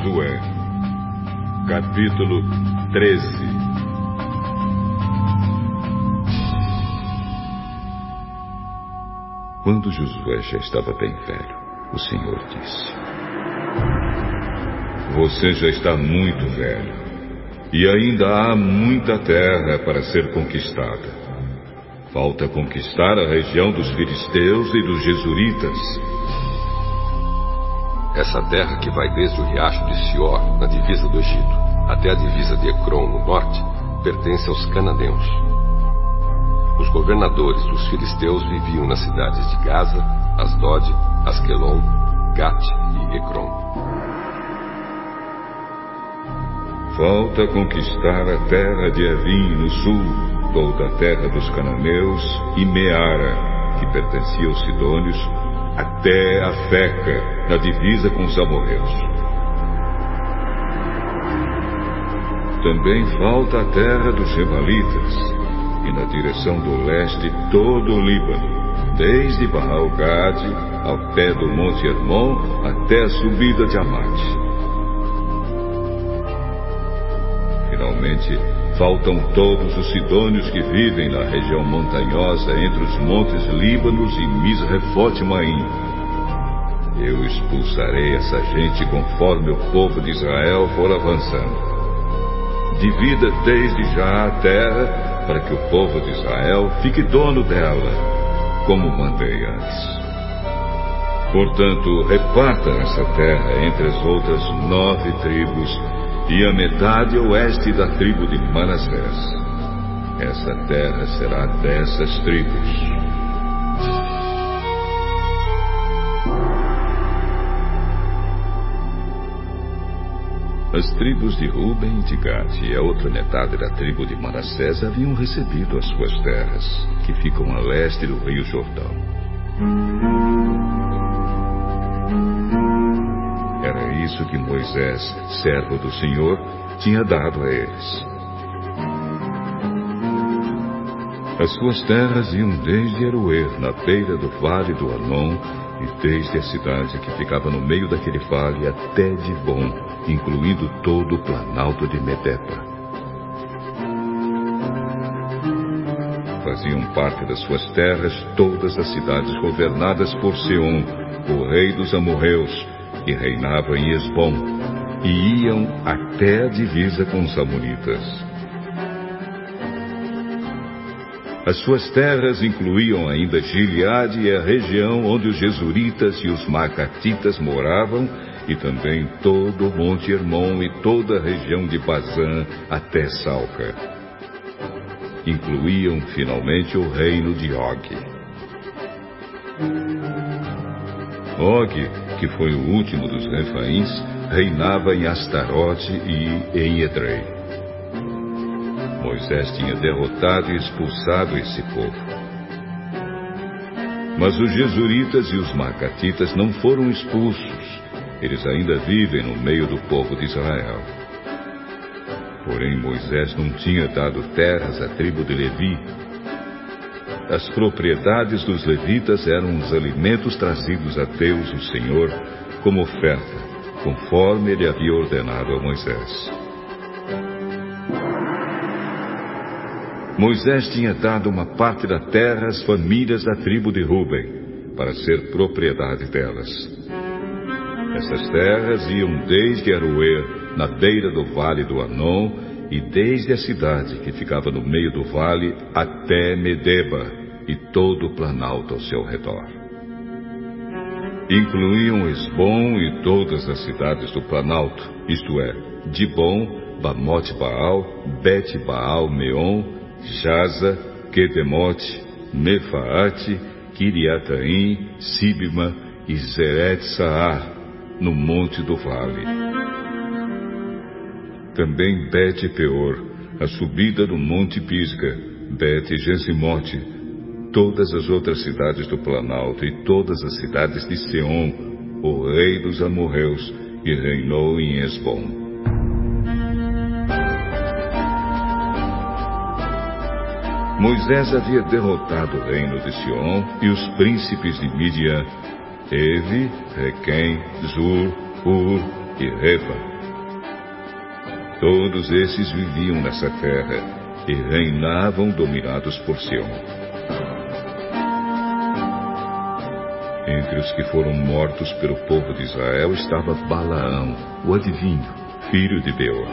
Josué, capítulo 13. Quando Josué já estava bem velho, o Senhor disse: Você já está muito velho, e ainda há muita terra para ser conquistada. Falta conquistar a região dos filisteus e dos jesuritas. Essa terra que vai desde o riacho de Sior, na divisa do Egito, até a divisa de Ecrom, no norte, pertence aos cananeus. Os governadores dos filisteus viviam nas cidades de Gaza, Asdod, Asquelon, Gat e Ecrom. Falta conquistar a terra de Evim, no sul, toda a terra dos cananeus, e Meara, que pertencia aos sidônios, até a Feca, na divisa com os amorreus. Também falta a terra dos Gebalitas, e na direção do leste todo o Líbano, desde Baal-Gade ao pé do Monte Hermon até a subida de Amate. Finalmente, faltam todos os sidônios que vivem na região montanhosa entre os montes Líbanos e Misrefote-Maim. Eu expulsarei essa gente conforme o povo de Israel for avançando. Divida desde já a terra para que o povo de Israel fique dono dela, como mandei antes. Portanto, reparta essa terra entre as outras 9 tribos e a metade oeste da tribo de Manassés. Essa terra será dessas tribos. As tribos de Ruben e de Gad e a outra metade da tribo de Manassés haviam recebido as suas terras, que ficam a leste do rio Jordão. Era isso que Moisés, servo do Senhor, tinha dado a eles. As suas terras iam desde Aroer, na beira do vale do Arnon, e desde a cidade que ficava no meio daquele vale até Dibon, incluindo todo o planalto de Medepa. Faziam parte das suas terras todas as cidades governadas por Seom, o rei dos amorreus, que reinava em Esbom, e iam até a divisa com os amonitas. As suas terras incluíam ainda Gileade e a região onde os jesuritas e os macatitas moravam, e também todo o Monte Hermon e toda a região de Bazã até Salca. Incluíam finalmente o reino de Og. Og, que foi o último dos Refaíns, reinava em Astarote e em Edrei. Moisés tinha derrotado e expulsado esse povo. Mas os jesuritas e os macatitas não foram expulsos. Eles ainda vivem no meio do povo de Israel. Porém, Moisés não tinha dado terras à tribo de Levi. As propriedades dos levitas eram os alimentos trazidos a Deus, o Senhor, como oferta, conforme ele havia ordenado a Moisés. Moisés tinha dado uma parte da terra às famílias da tribo de Ruben, para ser propriedade delas. Essas terras iam desde Aroer, na beira do vale do Arnon, e desde a cidade que ficava no meio do vale até Medeba, e todo o planalto ao seu redor. Incluíam Esbom e todas as cidades do planalto, isto é, Dibon, Bamote-Baal, Bet-Baal-Meon, Jaza, Quedemote, Mefaate, Kiriataim, Sibma e Zeret-Saar, no monte do vale. Também Bet-Peor, a subida do monte Pisga, Bet-Gesimote, todas as outras cidades do planalto e todas as cidades de Seom, o rei dos amorreus, que reinou em Esbom. Moisés havia derrotado o reino de Sion e os príncipes de Midian, Evi, Requém, Zur, Hur e Reba, Todos esses viviam nessa terra e reinavam dominados por Sião. Entre os que foram mortos pelo povo de Israel estava Balaão, o adivinho, filho de Beor.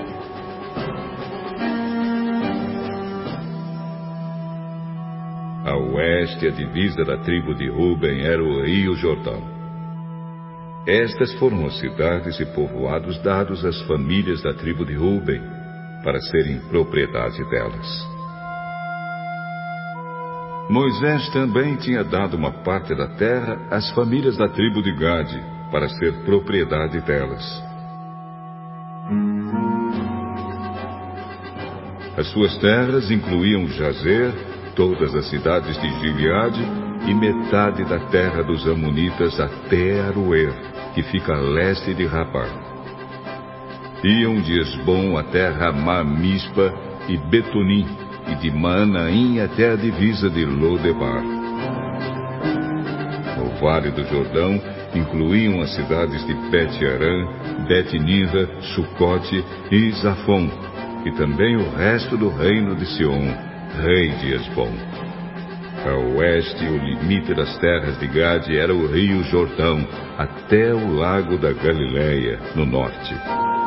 A oeste, a divisa da tribo de Ruben era o rio Jordão. Estas foram as cidades e povoados dados às famílias da tribo de Ruben, para serem propriedade delas. Moisés também tinha dado uma parte da terra às famílias da tribo de Gade, para ser propriedade delas. As suas terras incluíam Jazer, todas as cidades de Gileade e metade da terra dos Amonitas até Aroer, que fica a leste de Rabá. Iam de Esbom até Ramá-Mispa e Betonim, e de Maanaim até a divisa de Lodebar. No Vale do Jordão incluíam as cidades de Bet-Arã, Bet-Nimra, Sucote e Zafon, e também o resto do reino de Sion, rei de Esbom. A oeste, o limite das terras de Gade era o rio Jordão, até o lago da Galileia, no norte.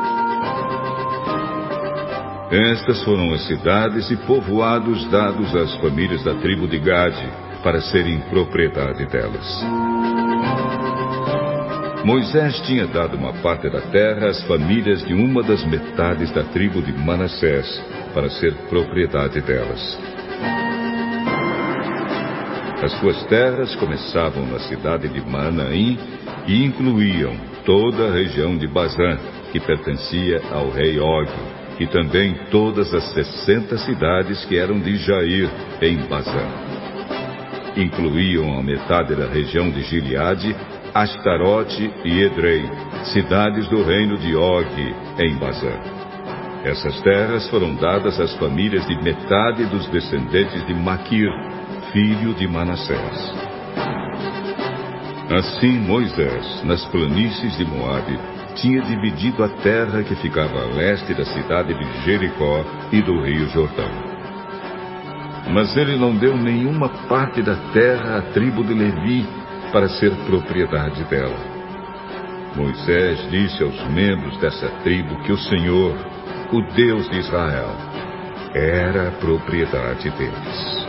Estas foram as cidades e povoados dados às famílias da tribo de Gade, para serem propriedade delas. Moisés tinha dado uma parte da terra às famílias de uma das metades da tribo de Manassés, para ser propriedade delas. As suas terras começavam na cidade de Maanaim e incluíam toda a região de Bazã, que pertencia ao rei Og, e também todas as 60 cidades que eram de Jair, em Bazã. Incluíam a metade da região de Gileade, Astarote e Edrei, cidades do reino de Og, em Bazã. Essas terras foram dadas às famílias de metade dos descendentes de Maquir, filho de Manassés. Assim Moisés, nas planícies de Moabe, tinha dividido a terra que ficava a leste da cidade de Jericó e do rio Jordão. Mas ele não deu nenhuma parte da terra à tribo de Levi, para ser propriedade dela. Moisés disse aos membros dessa tribo que o Senhor, o Deus de Israel, era a propriedade deles.